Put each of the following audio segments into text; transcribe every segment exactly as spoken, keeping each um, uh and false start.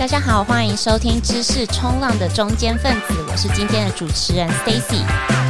大家好，欢迎收听知识冲浪的中间分子，我是今天的主持人 Stacy。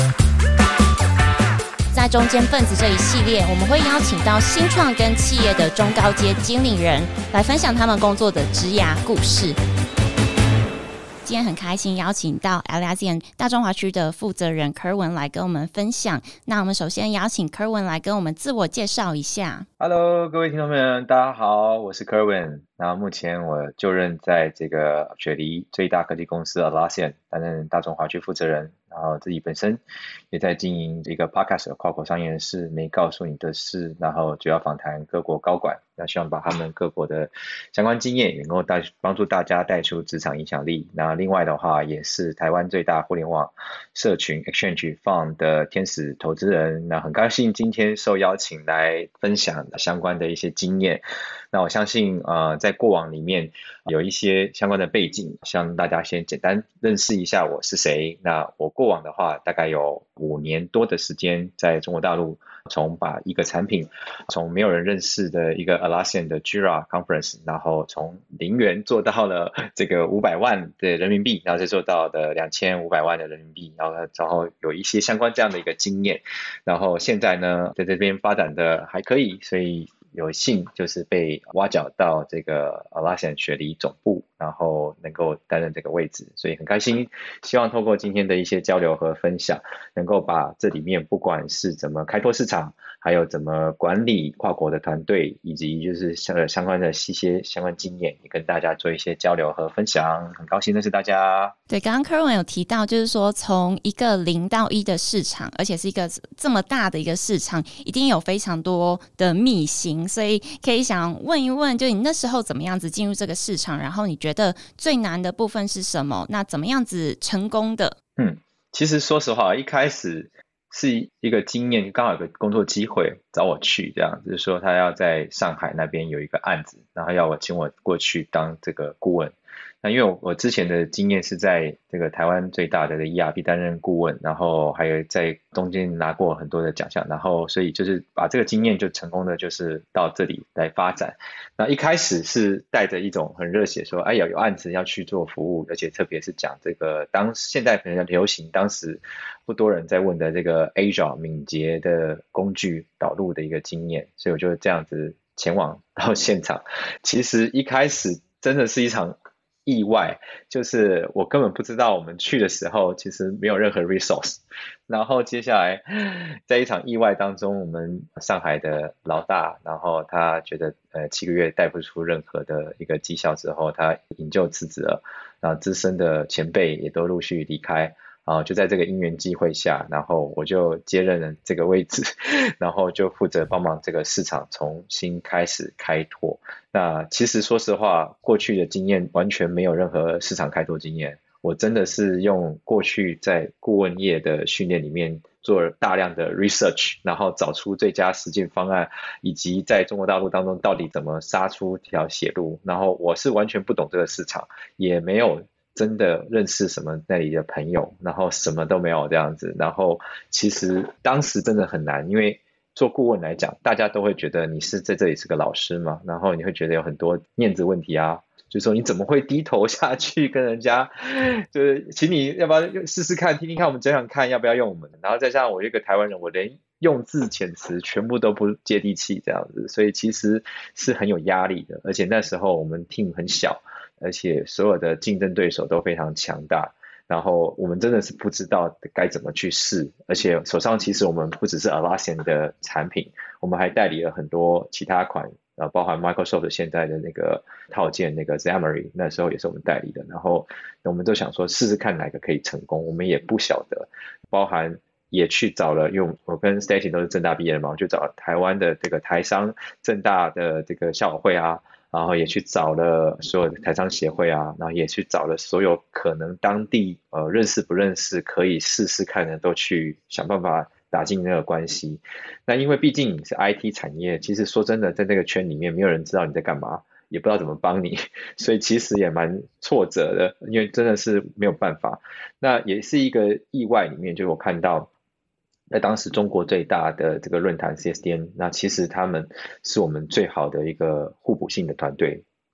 在中间分子这一系列，我们会邀请到新创跟企业的中高阶经理人来分享他们工作的职涯故事。今天很开心邀请到 Atlassian 大中华区的负责人 Kerwin 来跟我们分享。那我们首先邀请 Kerwin 来跟我们自我介绍一下。 Hello， 各位听众朋友们，大家好，我是 Kerwin。那目前我就任在这个雪梨最大科技公司 Atlassian 担任大中华区负责人，然后自己本身也在经营一个 podcast 跨国商业人士没告诉你的事，然后主要访谈各国高管，那希望把他们各国的相关经验能够带帮助大家带出职场影响力。那另外的话，也是台湾最大互联网社群 Exchange Fund 的天使投资人。那很高兴今天受邀请来分享相关的一些经验。那我相信呃，在过往里面有一些相关的背景，希望大家先简单认识一下我是谁。那我过往的话大概有五年多的时间在中国大陆，从把一个产品从没有人认识的一个 Atlassian 的 Jira Conference， 然后从零元做到了这个五百万的人民币，然后再做到的两千五百万的人民币，然后然后有一些相关这样的一个经验。然后现在呢在这边发展的还可以，所以有幸就是被挖角到这个 Atlassian 雪梨总部，然后能够担任这个位置，所以很开心。希望透过今天的一些交流和分享，能够把这里面不管是怎么开拓市场，还有怎么管理跨国的团队，以及就是相相关的一些相关经验，也跟大家做一些交流和分享。很高兴认识大家。 对，刚刚 Kerwin 有提到，就是说从一个零到一的市场，而且是一个这么大的一个市场，一定有非常多的秘辛，所以可以想问一问，就你那时候怎么样子进入这个市场，然后你觉得最难的部分是什么？那怎么样子成功的？ 嗯，其实说实话，一开始是一个经验，刚好有个工作机会找我去，这样就是说他要在上海那边有一个案子，然后要我请我过去当这个顾问。那因为 我, 我之前的经验是在这个台湾最大的 E R P 担任顾问，然后还有在中间拿过很多的奖项，然后所以就是把这个经验就成功的就是到这里来发展。那一开始是带着一种很热血说，哎呀有案子要去做服务，而且特别是讲这个当现在可能流行，当时不多人在问的这个 Agile 敏捷的工具导入的一个经验，所以我就这样子前往到现场。其实一开始真的是一场意外，就是我根本不知道我们去的时候其实没有任何 resource， 然后接下来在一场意外当中，我们上海的老大，然后他觉得呃七个月带不出任何的一个绩效之后，他引咎辞职了，然后资深的前辈也都陆续离开。然后就在这个因缘机会下，然后我就接任了这个位置，然后就负责帮忙这个市场重新开始开拓。那其实说实话，过去的经验完全没有任何市场开拓经验，我真的是用过去在顾问业的训练里面做了大量的 research， 然后找出最佳实践方案，以及在中国大陆当中到底怎么杀出条血路。然后我是完全不懂这个市场，也没有真的认识什么那里的朋友，然后什么都没有这样子。然后其实当时真的很难，因为做顾问来讲，大家都会觉得你是在这里是个老师嘛，然后你会觉得有很多面子问题啊，就是说你怎么会低头下去跟人家就是请你要不要试试看，听听看，我们讲讲看要不要用我们。然后再加上我一个台湾人，我连用字遣词全部都不接地气这样子，所以其实是很有压力的。而且那时候我们 team 很小，而且所有的竞争对手都非常强大，然后我们真的是不知道该怎么去试。而且手上其实我们不只是 Atlassian 的产品，我们还代理了很多其他款，呃，包含 Microsoft 现在的那个套件那个 Xamarin， 那时候也是我们代理的。然后我们都想说试试看哪个可以成功，我们也不晓得。包含也去找了，因为我跟 Stacy 都是政大毕业的嘛，我就找台湾的这个台商政大的这个校友会啊，然后也去找了所有的台商协会啊，然后也去找了所有可能当地呃认识不认识可以试试看的，都去想办法打进那个关系。那因为毕竟你是 I T 产业，其实说真的，在这个圈里面没有人知道你在干嘛，也不知道怎么帮你，所以其实也蛮挫折的，因为真的是没有办法。那也是一个意外里面，就是我看到在当时中国最大的这个论坛 C S D N， 那其实他们是我们最好的一个互补性的团队，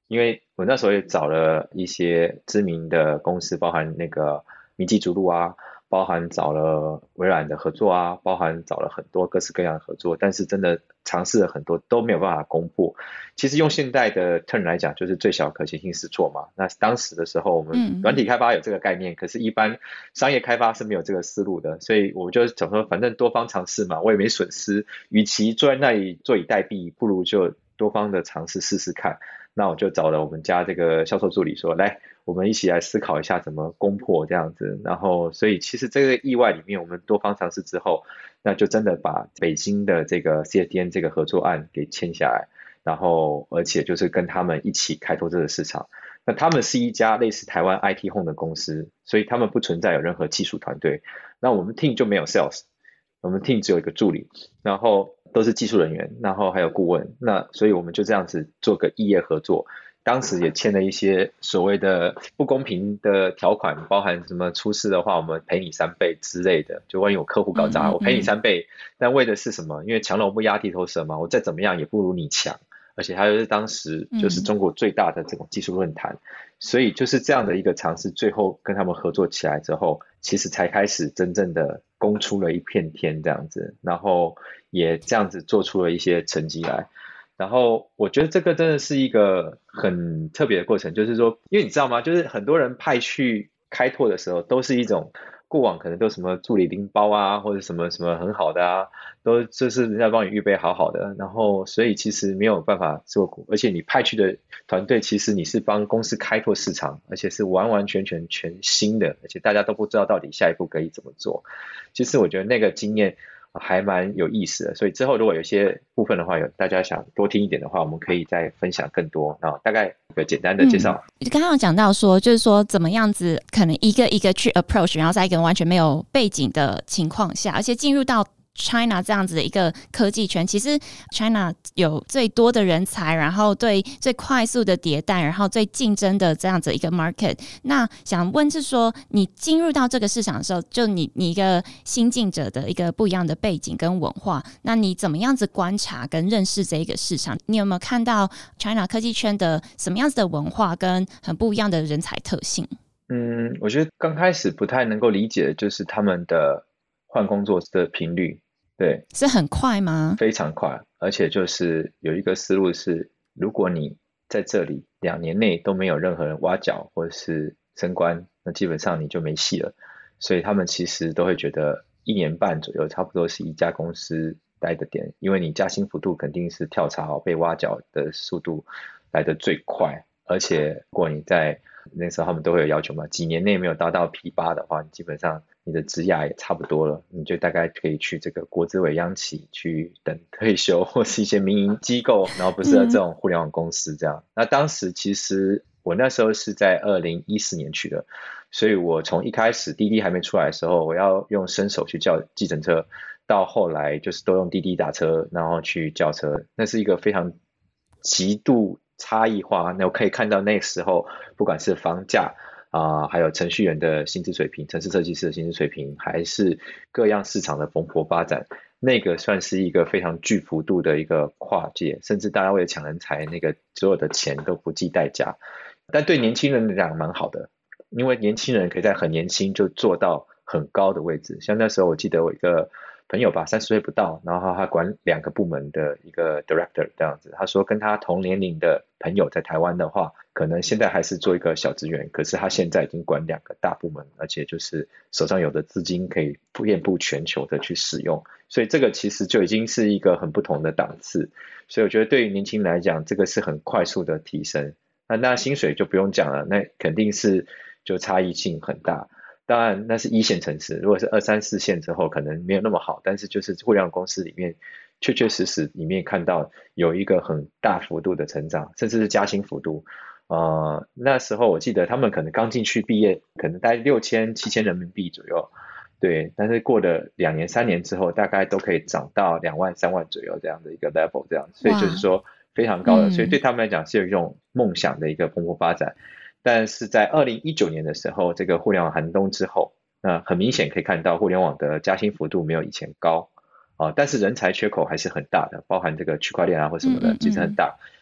因为我那时候也找了一些知名的公司，包含那个明基逐鹿啊，包含找了微软的合作啊，包含找了很多各式各样的合作，但是真的尝试了很多都没有办法公布。其实用现在的 term 来讲，就是最小可行性试错嘛。那当时的时候，我们软体开发有这个概念，嗯、可是一般商业开发是没有这个思路的，所以我就想说，反正多方尝试嘛，我也没损失，与其坐在那里坐以待毙，不如就多方的尝试试试看。那我就找了我们家这个销售助理说，来，我们一起来思考一下怎么攻破这样子。然后，所以其实这个意外里面，我们多方尝试之后，那就真的把北京的这个 C S D N 这个合作案给签下来，然后而且就是跟他们一起开拓这个市场。那他们是一家类似台湾 I T Home 的公司，所以他们不存在有任何技术团队。那我们 team 就没有 sales， 我们 team 只有一个助理，然后都是技术人员，然后还有顾问。那所以我们就这样子做个异业合作。当时也签了一些所谓的不公平的条款，包含什么出事的话我们赔你三倍之类的，就万一有客户搞砸，我赔你三倍，但为的是什么？因为强龙不压地头蛇嘛，我再怎么样也不如你强，而且它又是当时就是中国最大的这种技术论坛，所以就是这样的一个尝试，最后跟他们合作起来之后，其实才开始真正的攻出了一片天这样子，然后也这样子做出了一些成绩来。然后我觉得这个真的是一个很特别的过程，就是说，因为你知道吗，就是很多人派去开拓的时候，都是一种过往可能都什么助理拎包啊，或者什么什么很好的啊，都就是人家帮你预备好好的，然后所以其实没有办法做，而且你派去的团队其实你是帮公司开拓市场，而且是完完全全全新的，而且大家都不知道到底下一步可以怎么做。其实我觉得那个经验还蛮有意思的，所以之后如果有些部分的话，有大家想多听一点的话，我们可以再分享更多。然后大概一个简单的介绍。 嗯、刚刚有讲到说，就是说怎么样子，可能一个一个去 approach， 然后在一个完全没有背景的情况下，而且进入到China 这样子的一个科技圈，其实 China 有最多的人才，然后对最快速的迭代，然后最竞争的这样子一个 market。那想问是说，你进入到这个市场的时候，就你你一个新进者的一个不一样的背景跟文化，那你怎么样子观察跟认识这一个市场？你有没有看到 China 科技圈的什么样子的文化跟很不一样的人才特性？ 嗯，我觉得刚开始不太能够理解的就是他们的换工作的频率。对， 是很快吗？ 非常快，而且就是有一个思路是，如果你在这里两年内都没有任何人挖角或者是升官，那基本上你就没戏了。所以他们其实都会觉得一年半左右差不多是一家公司待的点，因为你加薪幅度肯定是跳槽被挖角的速度来得最快，而且如果你在那时候他们都会有要求嘛，几年内没有达到 P 八 的话，你基本上你的职涯也差不多了，你就大概可以去这个国资委央企去等退休，或是一些民营机构，然后不是这种互联网公司这样。嗯、那当时其实我那时候是在二零一四年去的，所以我从一开始滴滴还没出来的时候，我要用伸手去叫计程车，到后来就是都用滴滴打车，然后去叫车，那是一个非常极度差异化。那我可以看到那时候不管是房价啊、呃，还有程序员的薪资水平，程式设计师的薪资水平，还是各样市场的蓬勃发展，那个算是一个非常巨幅度的一个跨界，甚至大家为了抢人才，那个所有的钱都不计代价。但对年轻人来讲蛮好的，因为年轻人可以在很年轻就做到很高的位置。像那时候我记得我一个朋友吧，三十岁不到，然后他管两个部门的一个 director 这样子。他说跟他同年龄的朋友在台湾的话，可能现在还是做一个小职员，可是他现在已经管两个大部门，而且就是手上有的资金可以遍布全球的去使用。所以这个其实就已经是一个很不同的档次。所以我觉得对于年轻人来讲，这个是很快速的提升。那那薪水就不用讲了，那肯定是就差异性很大。当然那是一线城市，如果是二三四线之后可能没有那么好，但是就是互联网公司里面确确实实里面看到有一个很大幅度的成长，甚至是加薪幅度。呃，那时候我记得他们可能刚进去毕业，可能大概六千七千人民币左右，对，但是过了两年三年之后，大概都可以涨到两万三万左右这样的一个 level 这样，所以就是说非常高的，所以对他们来讲是有一种梦想的一个蓬勃发展。但是在二零一九年的时候，这个互联网寒冬之后，那很明显可以看到互联网的加薪幅度没有以前高啊，但是人才缺口还是很大的，包含这个区块链啊或什么的，其实很大。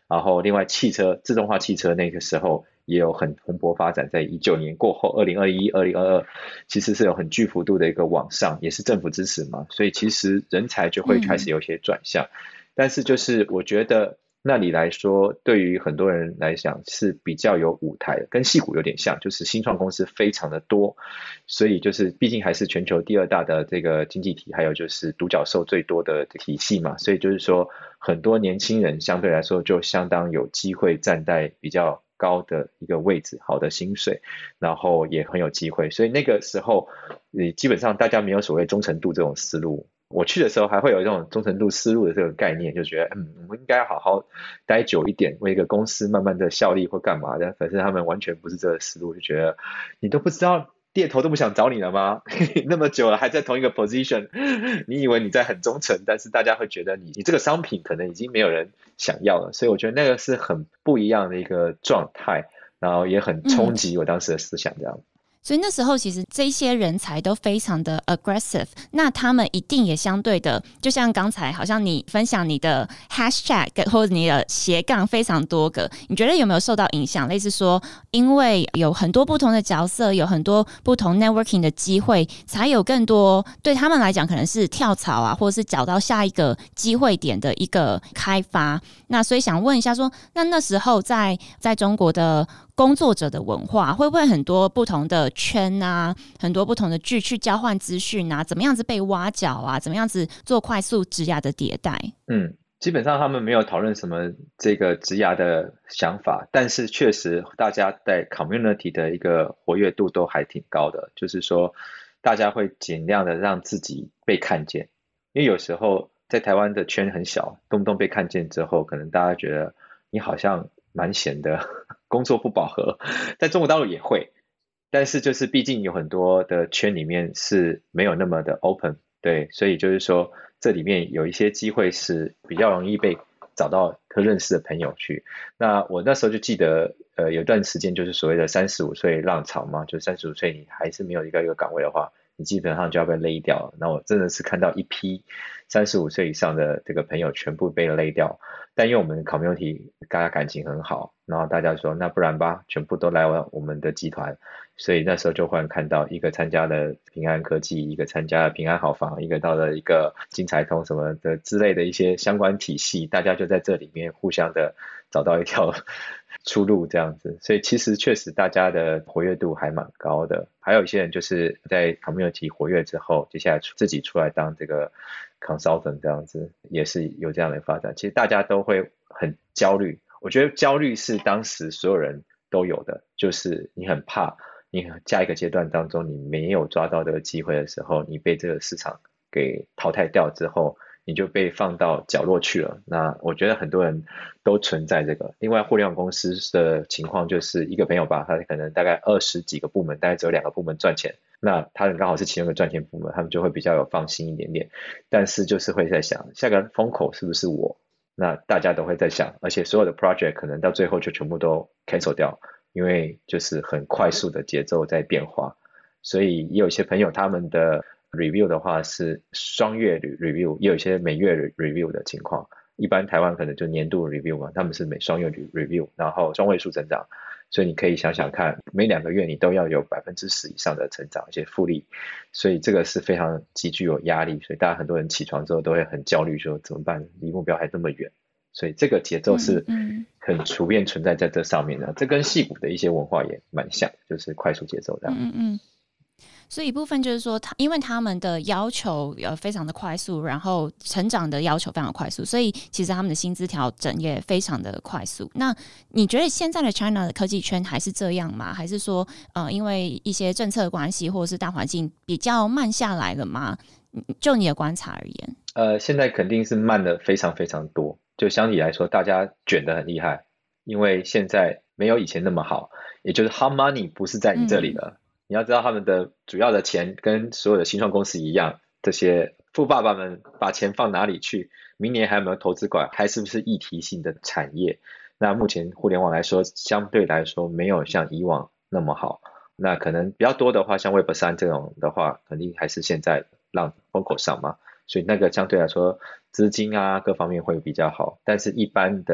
然后另外汽车自动化汽车那个时候也有很蓬勃发展，在一九年过后二零二一、二零二二其实是有很巨幅度的一个往上，也是政府支持嘛，所以其实人才就会开始有一些转向、嗯、但是就是我觉得那里来说对于很多人来讲是比较有舞台的，跟矽谷有点像，就是新创公司非常的多，所以就是毕竟还是全球第二大的这个经济体，还有就是独角兽最多的体系嘛，所以就是说很多年轻人相对来说就相当有机会站在比较高的一个位置，好的薪水，然后也很有机会，所以那个时候基本上大家没有所谓忠诚度这种思路，我去的时候还会有这种忠诚度思路的这个概念，就觉得嗯，我们应该好好待久一点，为一个公司慢慢的效力或干嘛的，可是他们完全不是这个思路，就觉得你都不知道猎头都不想找你了吗？那么久了还在同一个 position， 你以为你在很忠诚，但是大家会觉得你你这个商品可能已经没有人想要了，所以我觉得那个是很不一样的一个状态，然后也很冲击我当时的思想这样、嗯所以那时候其实这些人才都非常的 aggressive， 那他们一定也相对的，就像刚才好像你分享你的 hashtag 或者你的斜杠非常多个，你觉得有没有受到影响？类似说因为有很多不同的角色，有很多不同 networking 的机会，才有更多对他们来讲可能是跳槽啊，或者是找到下一个机会点的一个开发。那所以想问一下说，那那时候在在中国的工作者的文化会不会很多不同的圈啊，很多不同的剧去交换资讯啊，怎么样子被挖角啊，怎么样子做快速职涯的迭代？ 嗯，基本上他们没有讨论什么这个职涯的想法，但是确实大家在 community 的一个活跃度都还挺高的，就是说大家会尽量的让自己被看见，因为有时候在台湾的圈很小，动不动被看见之后，可能大家觉得你好像蛮闲的，工作不饱和，在中国大陆也会，但是就是毕竟有很多的圈里面是没有那么的 open， 对，所以就是说这里面有一些机会是比较容易被找到和认识的朋友去。那我那时候就记得呃有段时间就是所谓的三十五岁浪潮嘛，就三十五岁你还是没有一个一个岗位的话，你基本上就要被勒掉了。那我真的是看到一批三十五岁以上的这个朋友全部被勒掉，但因为我们 community 大家感情很好，然后大家说那不然吧，全部都来我们的集团，所以那时候就忽然看到一个参加了平安科技，一个参加了平安好房，一个到了一个金财通什么的之类的一些相关体系，大家就在这里面互相的找到一条出路这样子，所以其实确实大家的活跃度还蛮高的。还有一些人就是在 community 活跃之后，接下来自己出来当这个 consultant 这样子，也是有这样的发展。其实大家都会很焦虑，我觉得焦虑是当时所有人都有的，就是你很怕你下一个阶段当中你没有抓到这个机会的时候，你被这个市场给淘汰掉之后，你就被放到角落去了。那我觉得很多人都存在这个。另外互联网公司的情况就是一个朋友吧，他可能大概二十几个部门，大概只有两个部门赚钱，那他刚好是其中一个赚钱部门，他们就会比较有放心一点点，但是就是会在想下个风口是不是我，那大家都会在想，而且所有的 project 可能到最后就全部都 cancel 掉，因为就是很快速的节奏在变化。所以也有一些朋友他们的review 的话是双月 review， 也有一些每月 review 的情况。一般台湾可能就年度 review 嘛，他们是每双月 review， 然后双位数增长，所以你可以想想看，每两个月你都要有百分之十以上的成长，而且复利，所以这个是非常极具有压力，所以大家很多人起床之后都会很焦虑，说怎么办，离目标还这么远，所以这个节奏是很普遍存在在这上面的。这跟矽谷的一些文化也蛮像，就是快速节奏这样。 嗯嗯，所以一部分就是说他因为他们的要求呃非常的快速，然后成长的要求非常快速，所以其实他们的薪资调整也非常的快速。那你觉得现在的 China 的科技圈还是这样吗？还是说呃因为一些政策关系或者是大环境比较慢下来了吗？就你的观察而言。 呃，现在肯定是慢的非常非常多，就相比来说大家卷得很厉害，因为现在没有以前那么好，也就是 hard money 不是在你这里了、嗯，你要知道他们的主要的钱跟所有的新创公司一样，这些富爸爸们把钱放哪里去，明年还有没有投资管，还是不是议题性的产业。那目前互联网来说相对来说没有像以往那么好，那可能比较多的话像 Web 三 这种的话肯定还是现在浪风口上嘛，所以那个相对来说资金啊各方面会比较好，但是一般的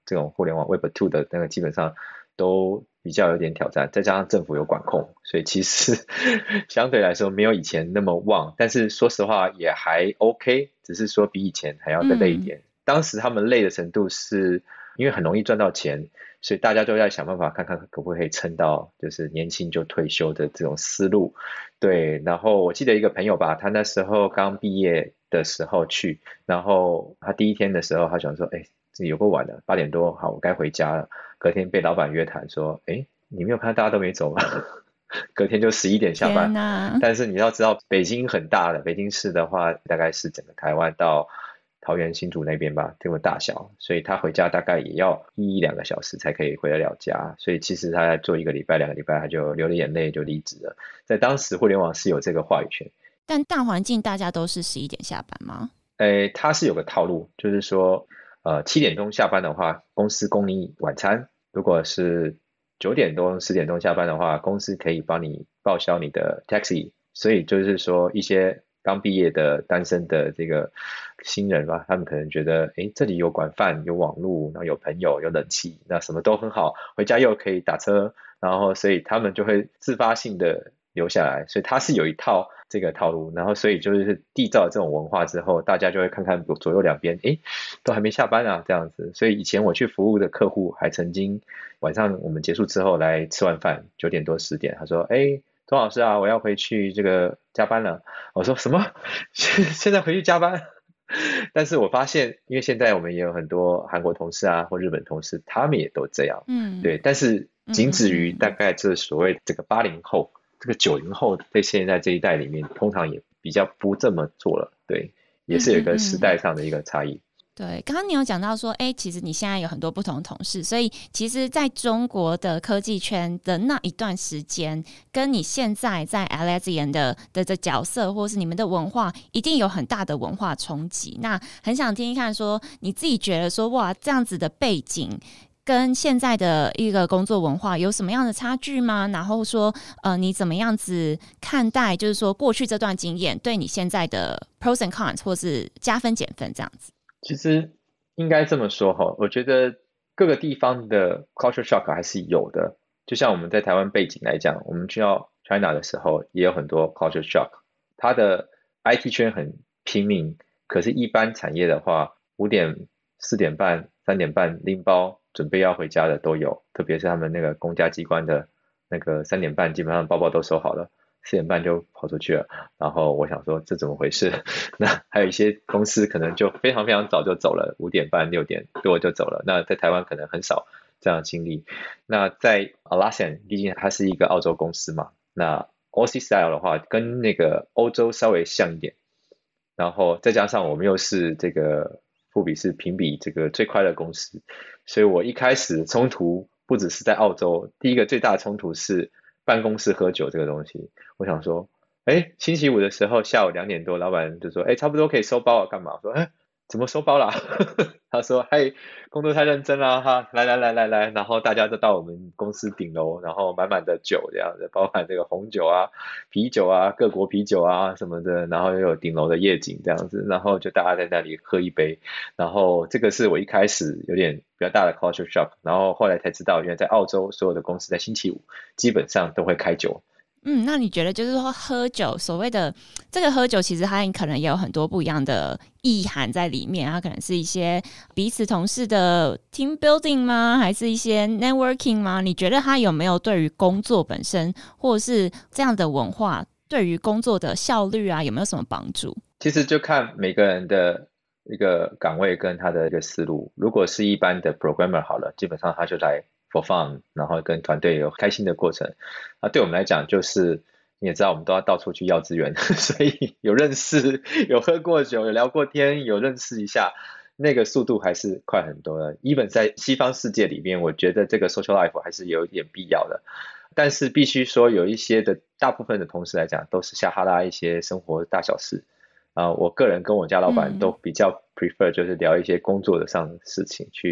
这种互联网 Web 二 的那个基本上都比较有点挑战，再加上政府有管控，所以其实相对来说没有以前那么旺，但是说实话也还 OK， 只是说比以前还要再累一点。嗯、当时他们累的程度是因为很容易赚到钱，所以大家都在想办法看看可不可以撑到就是年轻就退休的这种思路。对，然后我记得一个朋友吧，他那时候刚毕业的时候去，然后他第一天的时候他想说，哎，有够晚了，八点多，好，我该回家了。隔天被老板约谈说，哎，你没有看到大家都没走吗？隔天就十一点下班。但是你要知道，北京很大的，北京市的话，大概是整个台湾到桃园新竹那边吧，这么大小，所以他回家大概也要一两个小时才可以回得了家。所以其实他在做一个礼拜、两个礼拜，他就流了眼泪就离职了。在当时，互联网是有这个话语权。 但大环境大家都是十一点下班吗？ 诶，他是有个套路，就是说，呃，七点钟下班的话，公司供你晚餐；如果是九点钟、十点钟下班的话，公司可以帮你报销你的 taxi。所以就是说，一些刚毕业的单身的这个新人吧，他们可能觉得，诶，这里有管饭、有网络，然后有朋友、有冷气，那什么都很好，回家又可以打车，然后所以他们就会自发性的留下来。所以他是有一套这个套路，然后所以就是缔造这种文化之后，大家就会看看左右两边，诶，都还没下班啊，这样子。所以以前我去服务的客户还曾经晚上我们结束之后来吃完饭，九点多十点，他说，诶，钟老师啊，我要回去这个加班了。我说什么？现在回去加班？但是我发现，因为现在我们也有很多韩国同事啊，或日本同事，他们也都这样。嗯，对。但是仅止于大概这所谓这个八零后、这个九零后，在现在这一代里面，通常也比较不这么做了。对，也是有一个时代上的一个差异。 对，刚刚你有讲到说，哎，其实你现在有很多不同的同事，所以其实在中国的科技圈的那一段时间，跟你现在在 Atlassian 的的的角色，或是你们的文化，一定有很大的文化冲击。那很想听听看说，你自己觉得说，哇，这样子的背景跟现在的一个工作文化有什么样的差距吗？然后说，呃，你怎么样子看待，就是说过去这段经验对你现在的 pros and cons， 或是加分减分这样子？ 其实应该这么说哈，我觉得各个地方的 culture shock 还是有的。就像我们在台湾背景来讲，我们去到 China 的时候，也有很多 culture shock。它的 I T 圈很拼命，可是一般产业的话，五点、四点半、三点半拎包准备要回家的都有，特别是他们那个公家机关的那个三点半，基本上包包都收好了。四点半就跑出去了，然后我想说这怎么回事？那还有一些公司可能就非常非常早就走了，五点半六点多就走了。那在台湾可能很少这样的经历。那在 Atlassian 毕竟它是一个澳洲公司嘛，那 Aussie style 的话跟那个欧洲稍微像一点，然后再加上我们又是这个富比士评比这个最快乐公司，所以我一开始冲突不只是在澳洲，第一个最大的冲突是办公室喝酒这个东西。我想说，哎，星期五的时候下午两点多，老板就说，哎，差不多可以收包了，干嘛？我说，哎，怎么收包啦？他说，嘿，工作太认真了哈，来来来来来，然后大家都到我们公司顶楼，然后满满的酒这样子，包含这个红酒啊、啤酒啊、各国啤酒啊什么的，然后又有顶楼的夜景这样子，然后就大家在那里喝一杯，然后这个是我一开始有点比较大的 culture shock， 然后后来才知道，原来在澳洲所有的公司在星期五基本上都会开酒。 嗯，那你觉得就是说喝酒，所谓的这个喝酒，其实它可能也有很多不一样的意涵在里面。它可能是一些彼此同事的 team building 吗？还是一些 networking 吗？你觉得它有没有对于工作本身，或者是这样的文化，对于工作的效率啊，有没有什么帮助？ 其实就看每个人的一个岗位跟他的一个思路。如果是一般的 programmer 好了，基本上他就来for fun， 然后跟团队有开心的过程。那对我们来讲，就是你也知道，我们都要到处去要资源，所以有认识、有喝过酒、有聊过天、有认识一下，那个速度还是快很多的。even 在西方世界里面，我觉得这个 social life 还是有一点必要的。但是必须说，有一些的大部分的同事来讲，都是瞎哈拉一些生活大小事。啊、呃，我个人跟我家老板都比较 prefer 就是聊一些工作的上的事情，去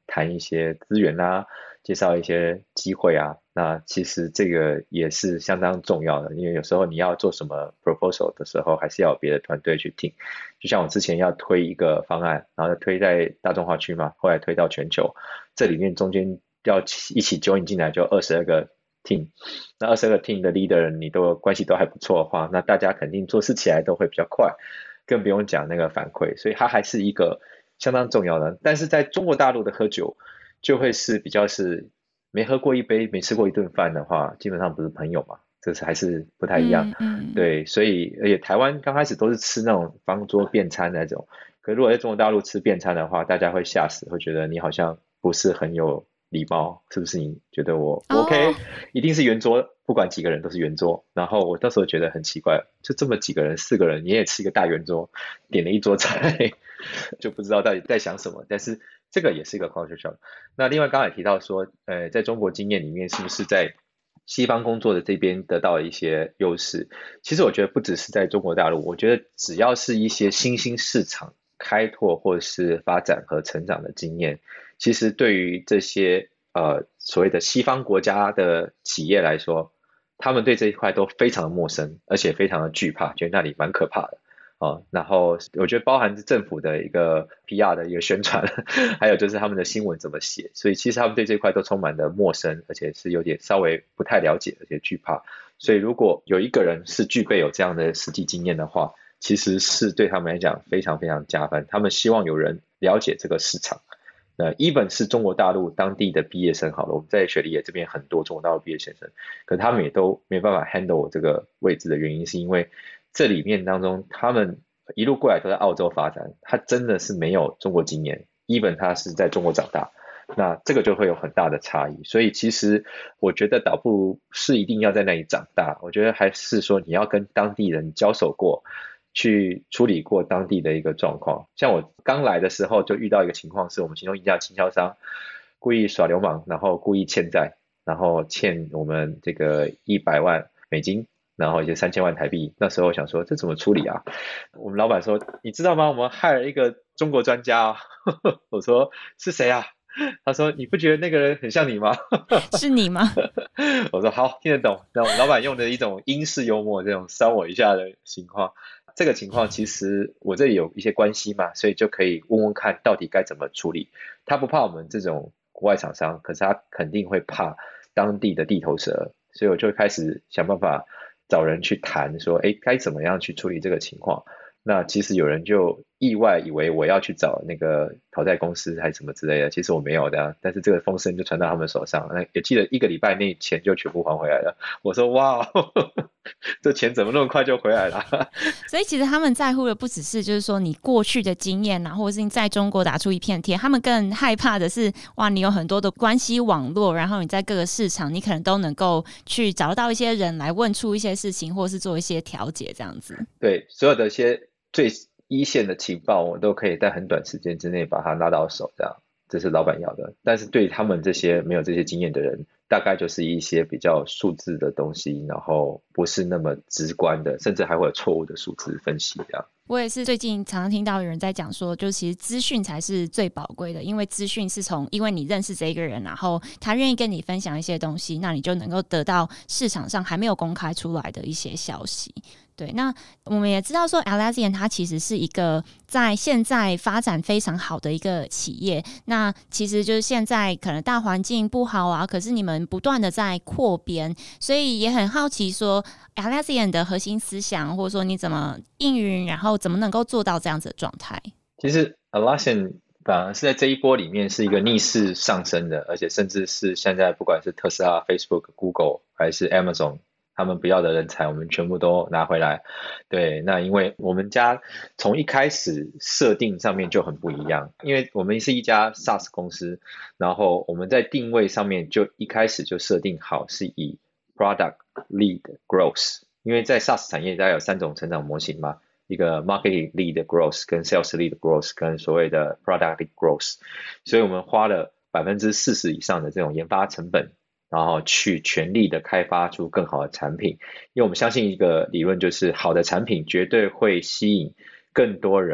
谈一些资源啊，介绍一些机会啊。那其实这个也是相当重要的，因为有时候你要做什么 proposal 的时候，还是要有别的团队去听。就像我之前要推一个方案，然后推在大中华区嘛，后来推到全球，这里面中间要一起 join 进来就二十二个 team， 那二十二个 team 的 leader 你都关系都还不错的话，那大家肯定做事起来都会比较快，更不用讲那个反馈，所以它还是一个相当重要的。但是在中国大陆的喝酒就会是比较是没喝过一杯没吃过一顿饭的话，基本上不是朋友嘛，这是还是不太一样。 嗯嗯， 对，所以而且台湾刚开始都是吃那种方桌便餐那种，可如果在中国大陆吃便餐的话，大家会吓死，会觉得你好像不是很有礼貌，是不是？你觉得我不 OK？、Oh. 一定是圆桌，不管几个人都是圆桌。然后我那时候觉得很奇怪，就这么几个人，四个人，你也吃一个大圆桌，点了一桌菜，就不知道到底在想什么。但是这个也是一个 culture shock。那另外刚才提到说，呃，在中国经验里面，是不是在西方工作的这边得到了一些优势？其实我觉得不只是在中国大陆，我觉得只要是一些新兴市场开拓或是发展和成长的经验，其实对于这些呃所谓的西方国家的企业来说，他们对这一块都非常的陌生，而且非常的惧怕，觉得那里蛮可怕的。哦，然后我觉得包含政府的一个 P R 的一个宣传，还有就是他们的新闻怎么写，所以其实他们对这一块都充满了陌生，而且是有点稍微不太了解，而且惧怕。所以如果有一个人是具备有这样的实际经验的话，其实是对他们来讲非常非常加分。他们希望有人了解这个市场。那 even 是中国大陆当地的毕业生好了，我们在雪梨也这边很多中国大陆毕业学生，可他们也都没办法 handle 这个位置的原因，是因为这里面当中他们一路过来都在澳洲发展，他真的是没有中国经验 even 他是在中国长大，那这个就会有很大的差异。所以其实我觉得倒不如是一定要在那里长大，我觉得还是说你要跟当地人交手过，去处理过当地的一个状况。像我刚来的时候就遇到一个情况，是我们其中一家经销商故意耍流氓，然后故意欠债，然后欠我们这个一百万美金，然后也三千万台币。那时候想说这怎么处理啊？我们老板说你知道吗？我们害了一个中国专家啊。我说是谁啊？他说你不觉得那个人很像你吗？ 是你吗？ 我说好，听得懂。那我们老板用的一种英式幽默，这种煽我一下的情况。这个情况其实我这里有一些关系嘛，所以就可以问问看到底该怎么处理。他不怕我们这种国外厂商，可是他肯定会怕当地的地头蛇，所以我就开始想办法找人去谈说，哎，该怎么样去处理这个情况。那其实有人就意外以为我要去找那个讨债公司还是什么之类的，其实我没有的，但是这个风声就传到他们手上，那也记得一个礼拜内钱就全部还回来了。我说哇，呵呵，这钱怎么那么快就回来了？ 所以其实他们在乎的不只是就是说你过去的经验啊，或者是你在中国打出一片天，他们更害怕的是哇，你有很多的关系网络，然后你在各个市场你可能都能够去找到一些人来问出一些事情，或者是做一些调解这样子。 对，所有的一些最一线的情报我都可以在很短时间之内把它拿到手，这样这是老板要的。但是对他们这些没有这些经验的人，大概就是一些比较数字的东西，然后不是那么直观的，甚至还会有错误的数字分析这样。 我也是最近常常听到有人在讲说，就其实资讯才是最宝贵的，因为资讯是从因为你认识这个人，然后他愿意跟你分享一些东西，那你就能够得到市场上还没有公开出来的一些消息。对，那我们也知道说 Atlassian 它其实是一个在现在发展非常好的一个企业，那其实就是现在可能大环境不好啊，可是你们不断的在扩编，所以也很好奇说 Atlassian 的核心思想，或者说你怎么应运，然后怎么能够做到这样子的状态。 其实 Atlassian 反而是在这一波里面是一个逆势上升的，而且甚至是现在不管是特斯拉、Facebook、Google 还是 Amazon，他们不要的人才我们全部都拿回来。对，那因为我们家从一开始设定上面就很不一样，因为我们是一家 SaaS 公司，然后我们在定位上面就一开始就设定好是以 Product Lead Growth， 因为在 SaaS 产业大概有三种成长模型嘛，一个 Marketing Lead Growth 跟 Sales Lead Growth 跟所谓的 Product Lead Growth， 所以我们花了 百分之四十 以上的这种研发成本，然后去全力的开发出更好的产品。因为我们相信一个理论，就是好的产品绝对会吸引更多人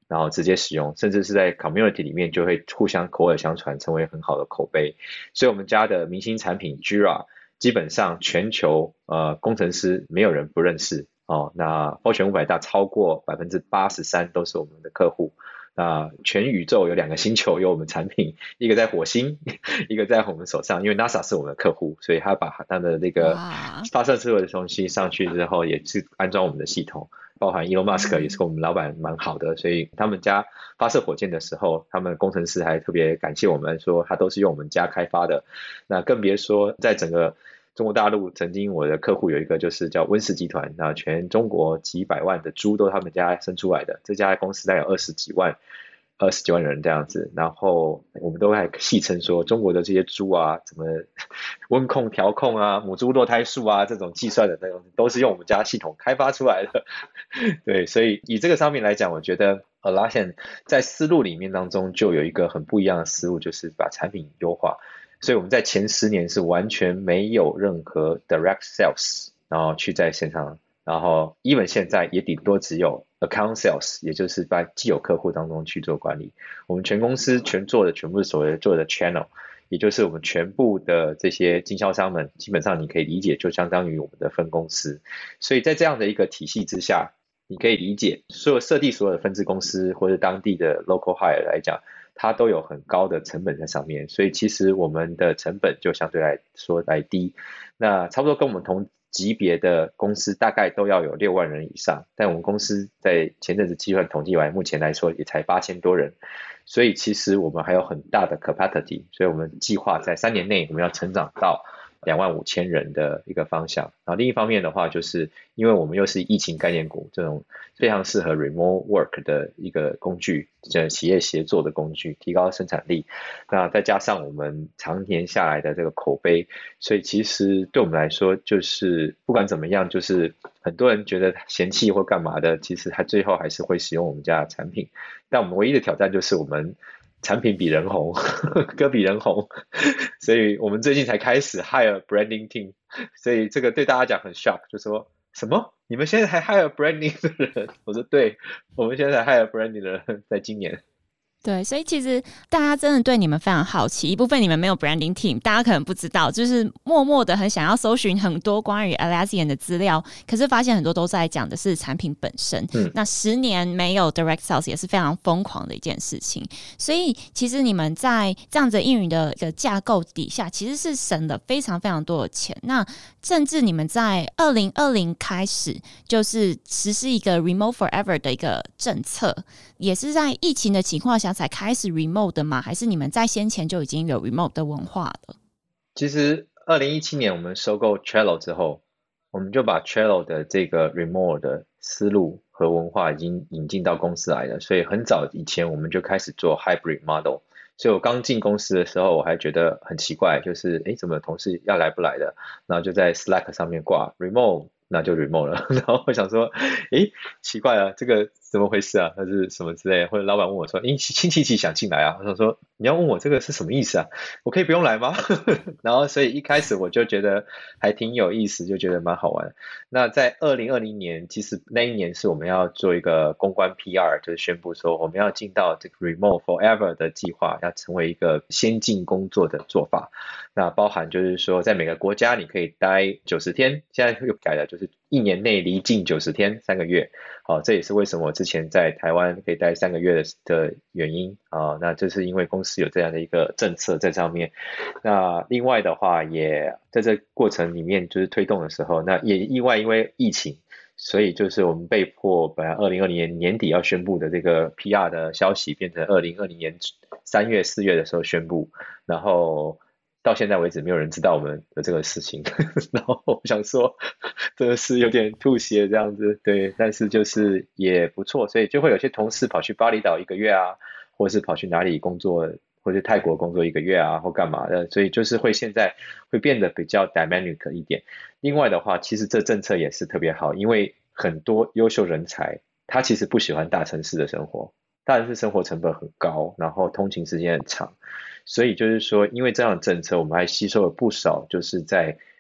然后直接使用，甚至是在 community 里面就会互相口耳相传，成为很好的口碑。所以我们家的明星产品 Jira 基本上全球呃工程师没有人不认识哦。那 Fortune 五百大超过 百分之八十三 都是我们的客户。那全宇宙有两个星球有我们产品，一个在火星，一个在我们手上，因为 NASA 是我们的客户，所以他把他的那个发射出来的东西上去之后，也是安装我们的系统。包含 Elon Musk 也是跟我们老板蛮好的，所以他们家发射火箭的时候，他们工程师还特别感谢我们，说他都是用我们家开发的。那更别说在整个中国大陆，曾经我的客户有一个就是叫温氏集团，那全中国几百万的猪都是他们家生出来的，这家公司大概有二十几万二十几万人这样子，然后我们都还戏称说中国的这些猪啊，怎么温控调控啊，母猪落胎数啊，这种计算的那种都是用我们家系统开发出来的。对，所以以这个上面来讲，我觉得 Atlassian 在思路里面当中就有一个很不一样的思路，就是把产品优化。所以我们在前十年是完全没有任何 direct sales， 然后去在线上，然后 even 现在也顶多只有 account sales， 也就是在既有客户当中去做管理。我们全公司全做的全部是所谓的做的 channel， 也就是我们全部的这些经销商们，基本上你可以理解就相当于我们的分公司。所以在这样的一个体系之下，你可以理解所有设定所有的分支公司或者当地的 local hire 来讲，它都有很高的成本在上面，所以其实我们的成本就相对来说来低。那差不多跟我们同级别的公司大概都要有六万人以上，但我们公司在前阵子计算统计完，目前来说也才八千多人，所以其实我们还有很大的 capacity， 所以我们计划在三年内我们要成长到两万五千人的一个方向。然后另一方面的话，就是因为我们又是疫情概念股，这种非常适合 remote work 的一个工具，企业协作的工具，提高生产力。那再加上我们常年下来的这个口碑，所以其实对我们来说，就是不管怎么样，就是很多人觉得嫌弃或干嘛的，其实他最后还是会使用我们家的产品。但我们唯一的挑战就是我们产品比人红，歌比人红，所以我们最近才开始 hire branding team， 所以这个对大家讲很 shock， 就说什么？你们现在还 hire branding 的人？我说对，我们现在才 hire branding 的人，在今年。 对，所以其实大家真的对你们非常好奇，一部分你们没有 branding team， 大家可能不知道，就是默默的很想要搜寻很多关于 Atlassian 的资料，可是发现很多都在讲的是产品本身。嗯、那十年没有 direct sales 也是非常疯狂的一件事情，所以其实你们在这样子运营的一个架构底下，其实是省了非常非常多的钱。那甚至你们在二零二零开始就是实施一个 remote forever 的一个政策，也是在疫情的情况下才开始 remote 的吗？还是你们在先前就已经有 remote 的文化了？ 其实二零一七年我们收购 Trello 之后，我们就把 Trello 的这个 remote 的思路和文化已经引进到公司来了，所以很早以前我们就开始做 hybrid model。所以我刚进公司的时候，我还觉得很奇怪，就是诶怎么有同事要来不来的，然后就在 Slack 上面挂 remote， 那就 remote 了。然后我想说，诶奇怪啊，这个怎么回事啊？还是什么之类的？或者老板问我说，诶星期几想进来啊？我想说，你要问我这个是什么意思啊？我可以不用来吗？然后所以一开始我就觉得还挺有意思，就觉得蛮好玩。那在二零二零年，其实那一年是我们要做一个公关 P R， 就是宣布说我们要进到这个 remote forever 的计划，要成为一个先进工作的做法。那包含就是说，在每个国家你可以待九十天，现在又改了，就是一年内离境九十天，三个月。好、哦，这也是为什么我之前在台湾可以待三个月 的, 的原因啊、哦。那这是因为公司有这样的一个政策在上面。那另外的话，也在这过程里面就是推动的时候，那也意外因为疫情，所以就是我们被迫本来二零二零年年底要宣布的这个 P R 的消息，变成二零二零年三月四月的时候宣布，然后到现在为止没有人知道我们的这个事情。然后我想说真的是有点吐血这样子，对，但是就是也不错，所以就会有些同事跑去巴厘岛一个月啊，或是跑去哪里工作，或是泰国工作一个月啊，或干嘛的，所以就是会现在会变得比较 dynamic 一点。另外的话，其实这政策也是特别好，因为很多优秀人才他其实不喜欢大城市的生活，大城市生活成本很高，然后通勤时间很长，所以就是说因为这样的政策，我们还吸收了不少就是在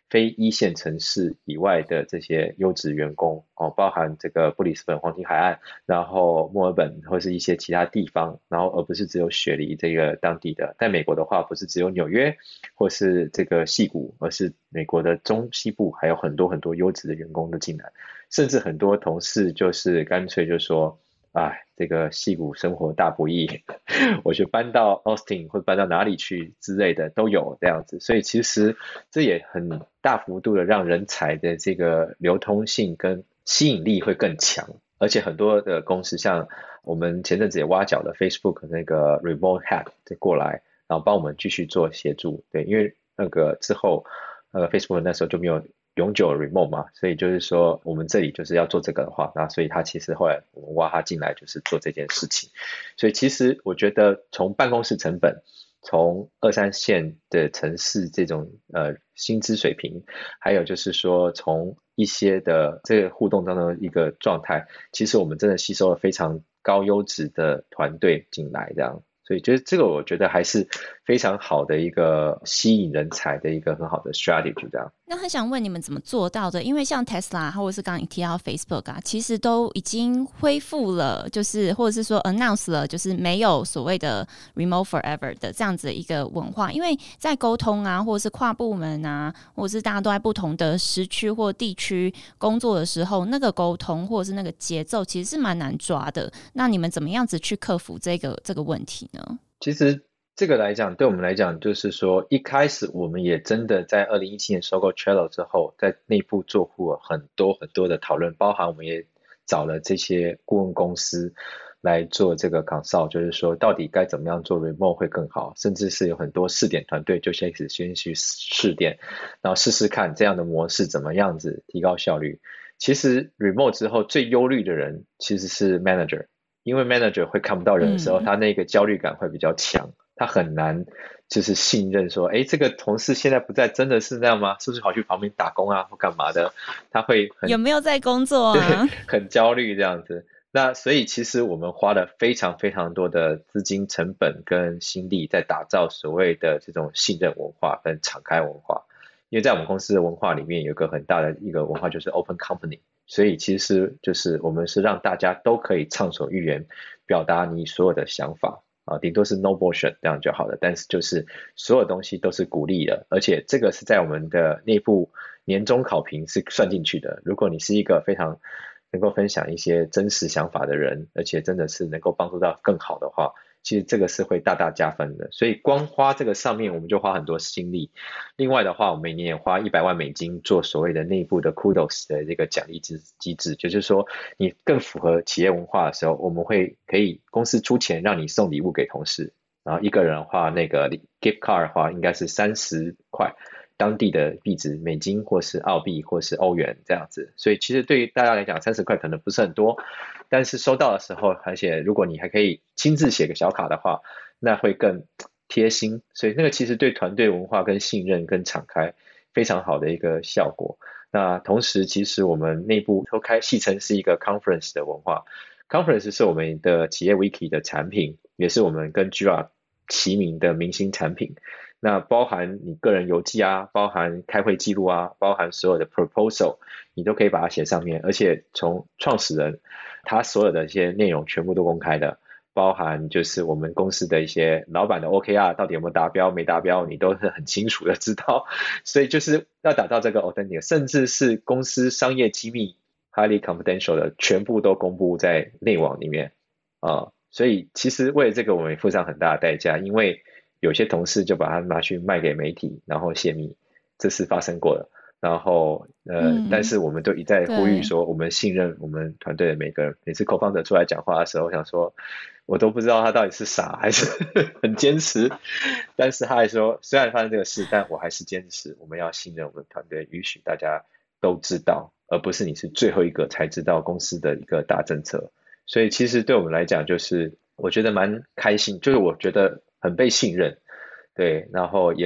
非一线城市以外的这些优质员工哦，包含这个布里斯本黄金海岸，然后墨尔本或是一些其他地方，然后而不是只有雪梨这个当地的。在美国的话，不是只有纽约或是这个矽谷，而是美国的中西部还有很多很多优质的员工都进来，甚至很多同事就是干脆就说，哎，这个矽谷生活大不易，我就搬到 Austin 或搬到哪里去之类的都有这样子，所以其实这也很大幅度的让人才的这个流通性跟吸引力会更强，而且很多的公司像我们前阵子也挖角了 Facebook 那个 Remote Hat 过来，然后帮我们继续做协助，对，因为那个之后呃 Facebook 那时候就没有永久 remote 嘛，所以就是说我们这里就是要做这个的话，那所以他其实后来我们挖他进来就是做这件事情，所以其实我觉得从办公室成本，从二三线的城市这种呃薪资水平，还有就是说从一些的这个互动当中的一个状态，其实我们真的吸收了非常高优质的团队进来这样。所以就是这个我觉得还是非常好的一个吸引人才的一个很好的 strategy 这样。 那很想问你们怎么做到的？因为像 Tesla 或者是刚刚你提到 Facebook 啊，其实都已经恢复了，就是或者是说 announce 了，就是没有所谓的 remote forever 的这样子的一个文化。因为在沟通啊，或者是跨部门啊，或者是大家都在不同的时区或地区工作的时候，那个沟通或者是那个节奏其实是蛮难抓的。那你们怎么样子去克服这个这个问题呢？ 其实这个来讲，对我们来讲，就是说一开始我们也真的在二零一七年收购 Trello 之后，在内部做过很多很多的讨论，包含我们也找了这些顾问公司来做这个 consult， 就是说到底该怎么样做 remote 会更好，甚至是有很多试点团队就先开始先去试点，然后试试看这样的模式怎么样子提高效率。其实 remote 之后最忧虑的人其实是 manager， 因为 manager 会看不到人的时候，嗯、他那个焦虑感会比较强，他很难就是信任说，哎，这个同事现在不在，真的是那样吗？是不是跑去旁边打工啊或干嘛的？他会很有没有在工作啊？ 对，很焦虑这样子。那所以其实我们花了非常非常多的资金成本跟心力在打造所谓的这种信任文化跟敞开文化。因为在我们公司的文化里面有一个很大的一个文化就是 open company， 所以其实就是我们是让大家都可以畅所欲言，表达你所有的想法啊，顶多是 no bullshit 这样就好了，但是就是所有东西都是鼓励的，而且这个是在我们的内部年终考评是算进去的。如果你是一个非常能够分享一些真实想法的人，而且真的是能够帮助到更好的话，其实这个是会大大加分的。所以光花这个上面我们就花很多心力。另外的话，我们每年也花一百万美金做所谓的内部的 kudos 的这个奖励机制，就是说你更符合企业文化的时候，我们会可以公司出钱让你送礼物给同事，然后一个人的话那个 gift card 的话应该是三十块当地的币值，美金或是澳币或是欧元这样子。所以其实对于大家来讲三十块可能不是很多，但是收到的时候，而且如果你还可以亲自写个小卡的话，那会更贴心。所以那个其实对团队文化跟信任跟敞开非常好的一个效果。那同时其实我们内部都开戏称是一个 conference 的文化， conference 是我们的企业 wiki 的产品，也是我们跟 Jira 齐名的明星产品。那包含你个人游记啊，包含开会记录啊，包含所有的 proposal， 你都可以把它写上面，而且从创始人他所有的一些内容全部都公开的，包含就是我们公司的一些老板的 O K R 到底有没有达标没达标，你都是很清楚的知道。所以就是要打造这个 authentic， 甚至是公司商业机密 highly confidential 的全部都公布在内网里面啊、呃。所以其实为了这个我们也付上很大的代价，因为有些同事就把它拿去卖给媒体，然后泄密，这是发生过的。然后呃、嗯，但是我们都一再呼吁说，我们信任我们团队的每个人。每次co-founder出来讲话的时候，我想说，我都不知道他到底是傻还是很坚持。但是他还说，虽然发生这个事，但我还是坚持，我们要信任我们团队，允许大家都知道，而不是你是最后一个才知道公司的一个大政策。所以其实对我们来讲，就是我觉得蛮开心，就是我觉得很被信任，对，然后也很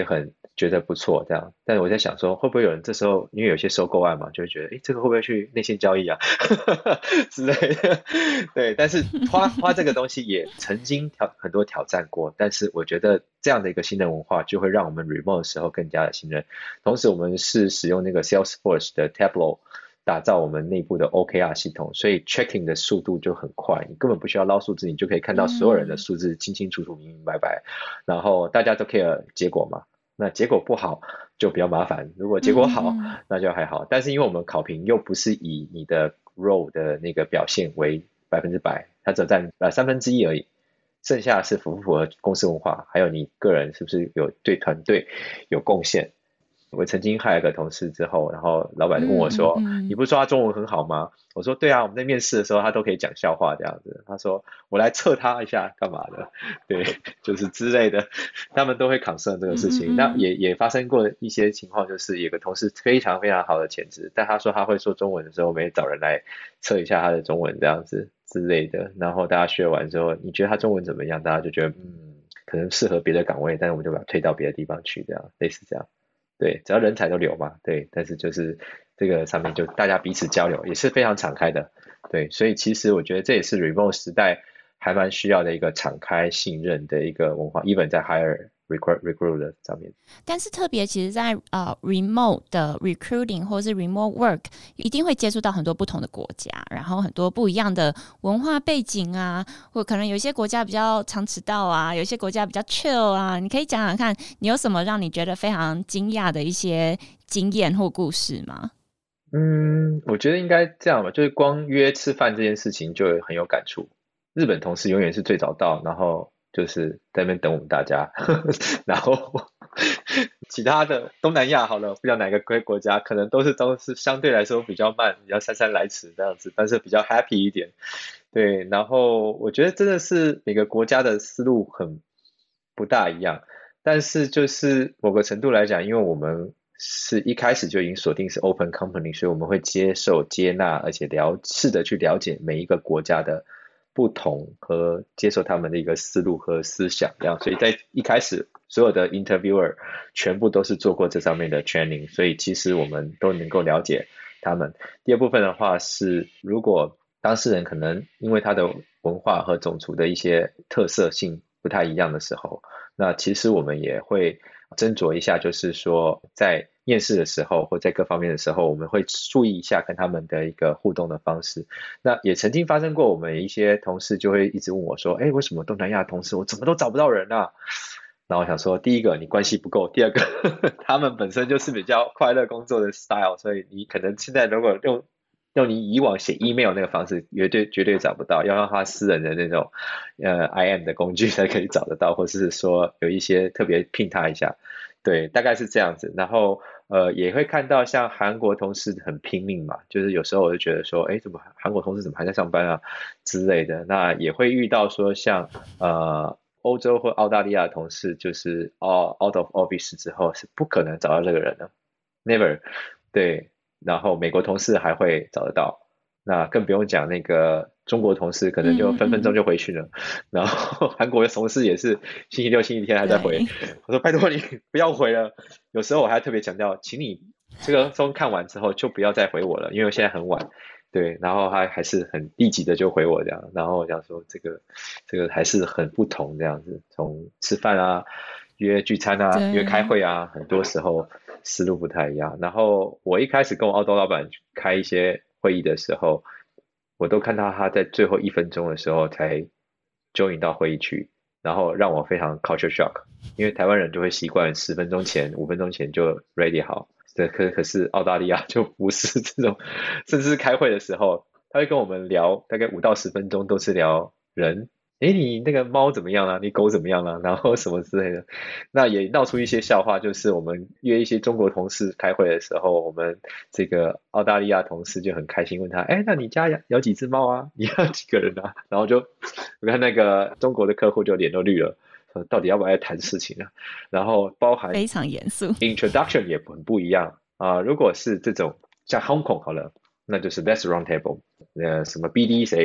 觉得不错这样。但是我在想说，会不会有人这时候因为有些收购案嘛，就会觉得，哎，这个会不会去内线交易啊之类的。对，但是花花这个东西也曾经挑很多挑战过，但是我觉得这样的一个信任文化就会让我们 remote 的时候更加的信任。同时我们是使用那个 Salesforce 的 Tableau打造我们内部的 O K R 系统，所以 checking 的速度就很快，你根本不需要捞数字，你就可以看到所有人的数字清清楚楚明明白白，然后大家都 care 结果嘛，那结果不好就比较麻烦，如果结果好那就还好。但是因为我们考评又不是以你的 role 的那个表现为百分之百，它只占呃三分之一而已，剩下是符不符合公司文化，还有你个人是不是有对团队有贡献。我曾经害了个同事之后，然后老板就问我说、嗯嗯、你不是说他中文很好吗？我说对啊，我们在面试的时候他都可以讲笑话这样子。他说我来测他一下干嘛的，对，就是之类的，他们都会 concern 这个事情。嗯嗯，那也也发生过一些情况，就是有个同事非常非常好的潜质，但他说他会说中文的时候，我们也找人来测一下他的中文这样子之类的，然后大家学完之后，你觉得他中文怎么样？大家就觉得嗯，可能适合别的岗位，但是我们就把他推到别的地方去，这样类似这样。对，只要人才都留嘛，对，但是就是这个上面就大家彼此交流也是非常敞开的，对，所以其实我觉得这也是 remote 时代还蛮需要的一个敞开信任的一个文化 even 在 hire recruit recruit 上面。 但是特别其实在呃 remote 的 recruiting 或是 remote work 一定会接触到很多不同的国家，然后很多不一样的文化背景啊，或可能有些国家比较常迟到啊，有些国家比较 chill 啊，你可以讲讲看你有什么让你觉得非常惊讶的一些经验或故事吗？ 嗯，我觉得应该这样吧，就是光约吃饭这件事情就很有感触。日本同事永远是最早到，然后就是在那边等我们大家然后其他的东南亚好了，不知道哪个国家可能都是都是相对来说比较慢，比较姗姗来迟这样子，但是比较 happy 一点。对，然后我觉得真的是每个国家的思路很不大一样，但是就是某个程度来讲，因为我们是一开始就已经锁定是 open company， 所以我们会接受接纳而且了试着去了解每一个国家的不同和接受他们的一个思路和思想这样，所以在一开始所有的 interviewer 全部都是做过这上面的 training， 所以其实我们都能够了解他们。第二部分的话是，如果当事人可能因为他的文化和种族的一些特色性不太一样的时候，那其实我们也会斟酌一下，就是说在面试的时候或在各方面的时候，我们会注意一下跟他们的一个互动的方式。那也曾经发生过，我们一些同事就会一直问我说，哎，为什么东南亚同事我怎么都找不到人啊？然后我想说，第一个你关系不够，第二个呵呵他们本身就是比较快乐工作的 style， 所以你可能现在如果用用你以往写 email 那个方式绝对绝对找不到，要用他私人的那种呃 I M 的工具才可以找得到，或是说有一些特别聘他一下，对，大概是这样子。然后呃也会看到像韩国同事很拼命嘛，就是有时候我就觉得说，哎，怎么韩国同事怎么还在上班啊之类的。那也会遇到说像呃欧洲或澳大利亚的同事，就是 out of office 之后是不可能找到这个人的 ，never， 对。然后美国同事还会找得到，那更不用讲那个中国同事可能就分分钟就回去了，嗯嗯嗯，然后韩国的同事也是星期六星期天还在回，我说拜托你不要回了，有时候我还特别强调，请你这个风看完之后就不要再回我了，因为现在很晚，对，然后他还是很立即的就回我这样，然后我想说这个这个还是很不同这样子，从吃饭啊约聚餐啊约开会啊，很多时候思路不太一样。然后我一开始跟我澳洲老板开一些会议的时候，我都看到他在最后一分钟的时候才 join 到会议区，然后让我非常 culture shock， 因为台湾人就会习惯十分钟前五分钟前就 ready 好，可可是澳大利亚就不是这种，甚至是开会的时候他会跟我们聊大概五到十分钟都是聊人，诶，你那个猫怎么样啊？你狗怎么样啊？然后什么之类的，那也闹出一些笑话，就是我们约一些中国同事开会的时候，我们这个澳大利亚同事就很开心问他，诶，那你家有几只猫啊？你要几个人啊？然后就我看那个中国的客户就脸都绿了，说到底要不要来谈事情啊？然后包含非常严肃 ，introduction 也很不一样啊、呃。如果是这种像 Hong Kong 好了，那就是 Let's round table， 呃，什么 B D 谁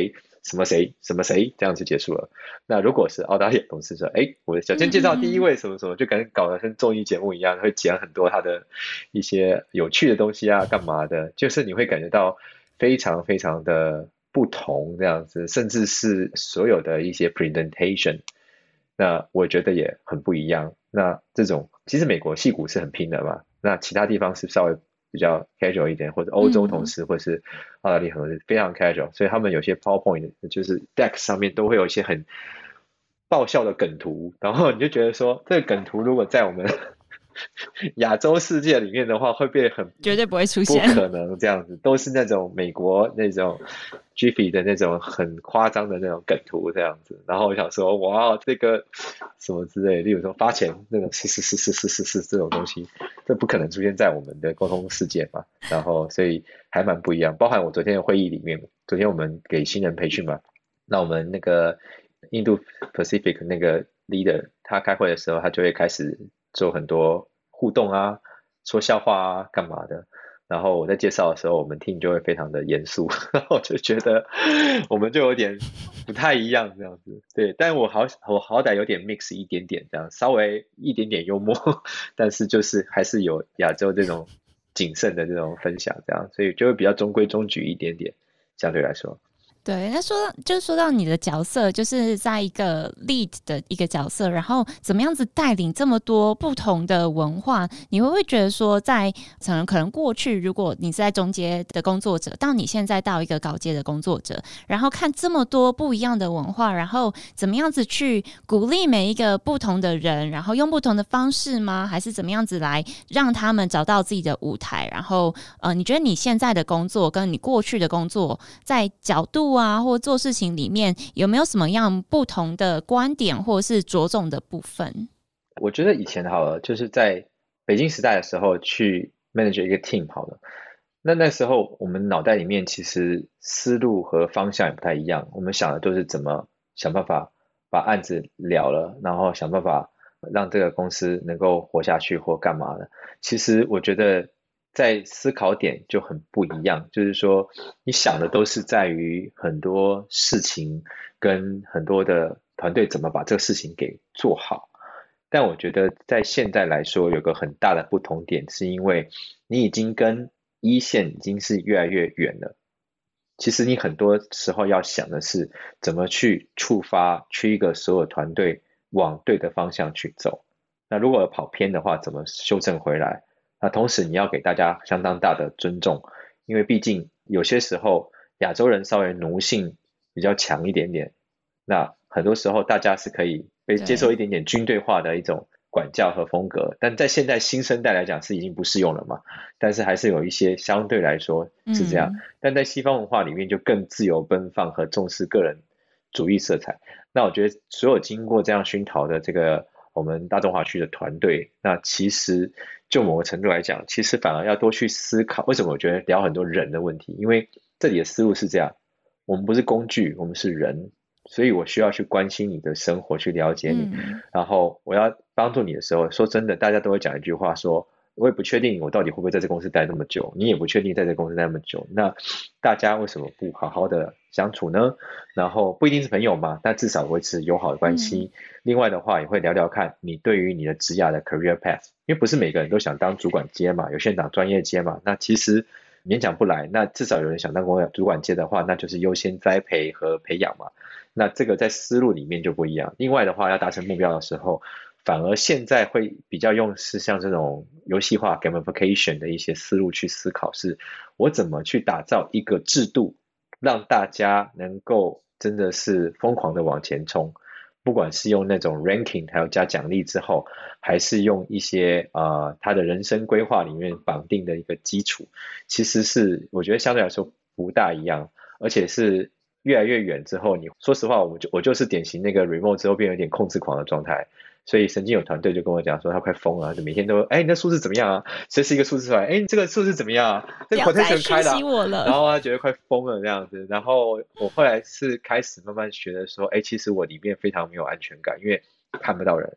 什么谁什么谁这样就结束了。那如果是澳大利亚同事说，哎，我首先介绍第一位什么什么，就感觉搞得跟综艺节目一样，会讲很多他的一些有趣的东西啊，干嘛的，就是你会感觉到非常非常的不同这样子，甚至是所有的一些 presentation， 那我觉得也很不一样。那这种其实美国矽谷是很拼的嘛，那其他地方是稍微比较 casual 一点，或者欧洲同事、嗯、或者是澳大利亚同事非常 casual， 所以他们有些 PowerPoint 就是 Deck 上面都会有一些很爆笑的梗图，然后你就觉得说这个梗图如果在我们亚洲世界里面的话会变很绝对不会出现， 不可能这样子，都是那种美国那种 Giphy 的那种很夸张的那种梗图这样子。然后我想说哇这个什么之类的，例如说发钱那种是是是是是是是这种东西，这不可能出现在我们的沟通世界嘛。然后所以还蛮不一样，包含我昨天的会议里面，昨天我们给新人培训嘛，那我们那个印度 Pacific 那个 leader 他开会的时候，他就会开始做很多互动啊，说笑话啊，干嘛的。然后我在介绍的时候，我们 team 就会非常的严肃，然后我就觉得我们就有点不太一样这样子。对，但我好我好歹有点 mix 一点点这样，稍微一点点幽默，但是就是还是有亚洲这种谨慎的这种分享这样，所以就会比较中规中矩一点点，相对来说。 对，那说就说到你的角色，就是在一个 lead 的一个角色，然后怎么样子带领这么多不同的文化，你会不会觉得说在可能可能过去如果你是在中阶的工作者，到你现在到一个高阶的工作者，然后看这么多不一样的文化，然后怎么样子去鼓励每一个不同的人，然后用不同的方式吗？还是怎么样子来让他们找到自己的舞台？然后呃，你觉得你现在的工作跟你过去的工作在角度啊，或做事情里面有没有什么样不同的观点或是着重的部分？ 我觉得以前好了，就是在北京时代的时候去 manage 一个 team 好了，那那时候我们脑袋里面其实思路和方向也不太一样，我们想的都是怎么想办法把案子了了，然后想办法让这个公司能够活下去或干嘛的。其实我觉得在思考点就很不一样，就是说你想的都是在于很多事情跟很多的团队怎么把这个事情给做好。但我觉得在现在来说有个很大的不同点，是因为你已经跟一线已经是越来越远了。其实你很多时候要想的是怎么去触发 trigger 所有团队往对的方向去走。那如果跑偏的话，怎么修正回来？那同时你要给大家相当大的尊重，因为毕竟有些时候亚洲人稍微奴性比较强一点点，那很多时候大家是可以被接受一点点军队化的一种管教和风格，但在现在新生代来讲是已经不适用了嘛，但是还是有一些相对来说是这样、嗯、但在西方文化里面就更自由奔放和重视个人主义色彩。那我觉得所有经过这样熏陶的这个我们大中华区的团队，那其实就某个程度来讲，其实反而要多去思考，为什么我觉得聊很多人的问题，因为这里的思路是这样，我们不是工具，我们是人，所以我需要去关心你的生活，去了解你、嗯、然后我要帮助你的时候，说真的大家都会讲一句话说，我也不确定我到底会不会在这公司待那么久，你也不确定在这公司待那么久，那大家为什么不好好的相处呢？然后不一定是朋友嘛，但至少维持友好的关系、嗯、另外的话也会聊聊看你对于你的职涯的 career path， 因为不是每个人都想当主管阶嘛，有些人当专业阶嘛，那其实勉强不来，那至少有人想当主管阶的话，那就是优先栽培和培养嘛，那这个在思路里面就不一样。另外的话要达成目标的时候，反而现在会比较用是像这种游戏化 gamification 的一些思路去思考，是我怎么去打造一个制度，让大家能够真的是疯狂的往前冲，不管是用那种 ranking 还有加奖励之后，还是用一些呃他的人生规划里面绑定的一个基础，其实是我觉得相对来说不大一样，而且是越来越远之后，你说实话我就我就是典型那个 remote 之后变有点控制狂的状态，所以曾经有团队就跟我讲说他快疯了，就每天都哎你的数字怎么样啊，随时一个数字出来，哎这个数字怎么样啊，这个 quotation 开了，然后他觉得快疯了这样子。然后我后来是开始慢慢学的说，哎其实我里面非常没有安全感，因为看不到人，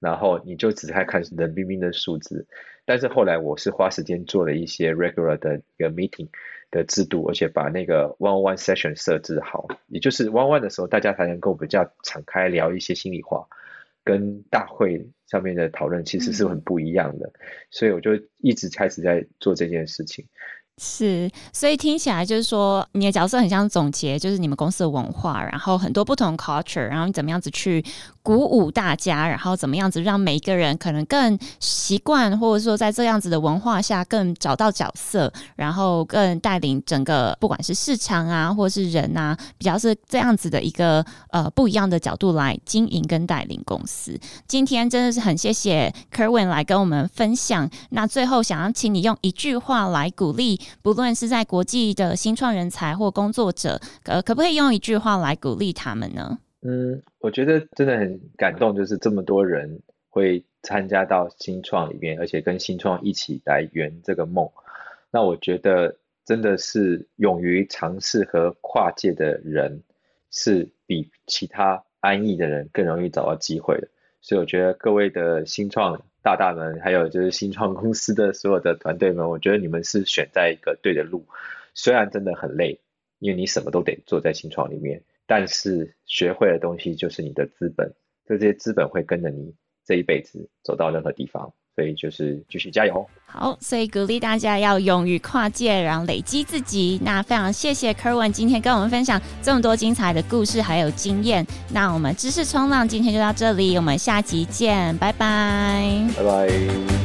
然后你就只看看冷冰冰的数字。但是后来我是花时间做了一些 regular 的一个 meeting 的制度，而且把那个 one on one session 设置好，也就是 one on one 的时候，大家才能够比较敞开聊一些心里话，跟大会上面的讨论其实是很不一样的。嗯、所以我就一直开始在做这件事情。 是，所以听起来就是说你的角色很像总结，就是你们公司的文化，然后很多不同 culture， 然后你怎么样子去鼓舞大家，然后怎么样子让每一个人可能更习惯，或者说在这样子的文化下更找到角色，然后更带领整个不管是市场啊或是人啊，比较是这样子的一个呃不一样的角度来经营跟带领公司。今天真的是很谢谢 Kerwin 来跟我们分享，那最后想要请你用一句话来鼓励不论是在国际的新创人才或工作者，呃，可不可以用一句话来鼓励他们呢？ 嗯，我觉得真的很感动，就是这么多人会参加到新创里面，而且跟新创一起来圆这个梦。那我觉得真的是勇于尝试和跨界的人，是比其他安逸的人更容易找到机会的。所以我觉得各位的新创大大们，还有就是新创公司的所有的团队们，我觉得你们是选在一个对的路。虽然真的很累，因为你什么都得做在新创里面，但是学会的东西就是你的资本，这些资本会跟着你这一辈子走到任何地方，所以就是继续加油。 好，所以鼓励大家要勇于跨界，然后累积自己。那非常谢谢 Kerwin 今天跟我们分享这么多精彩的故事还有经验。那我们知识冲浪今天就到这里，我们下集见，拜拜， 拜拜。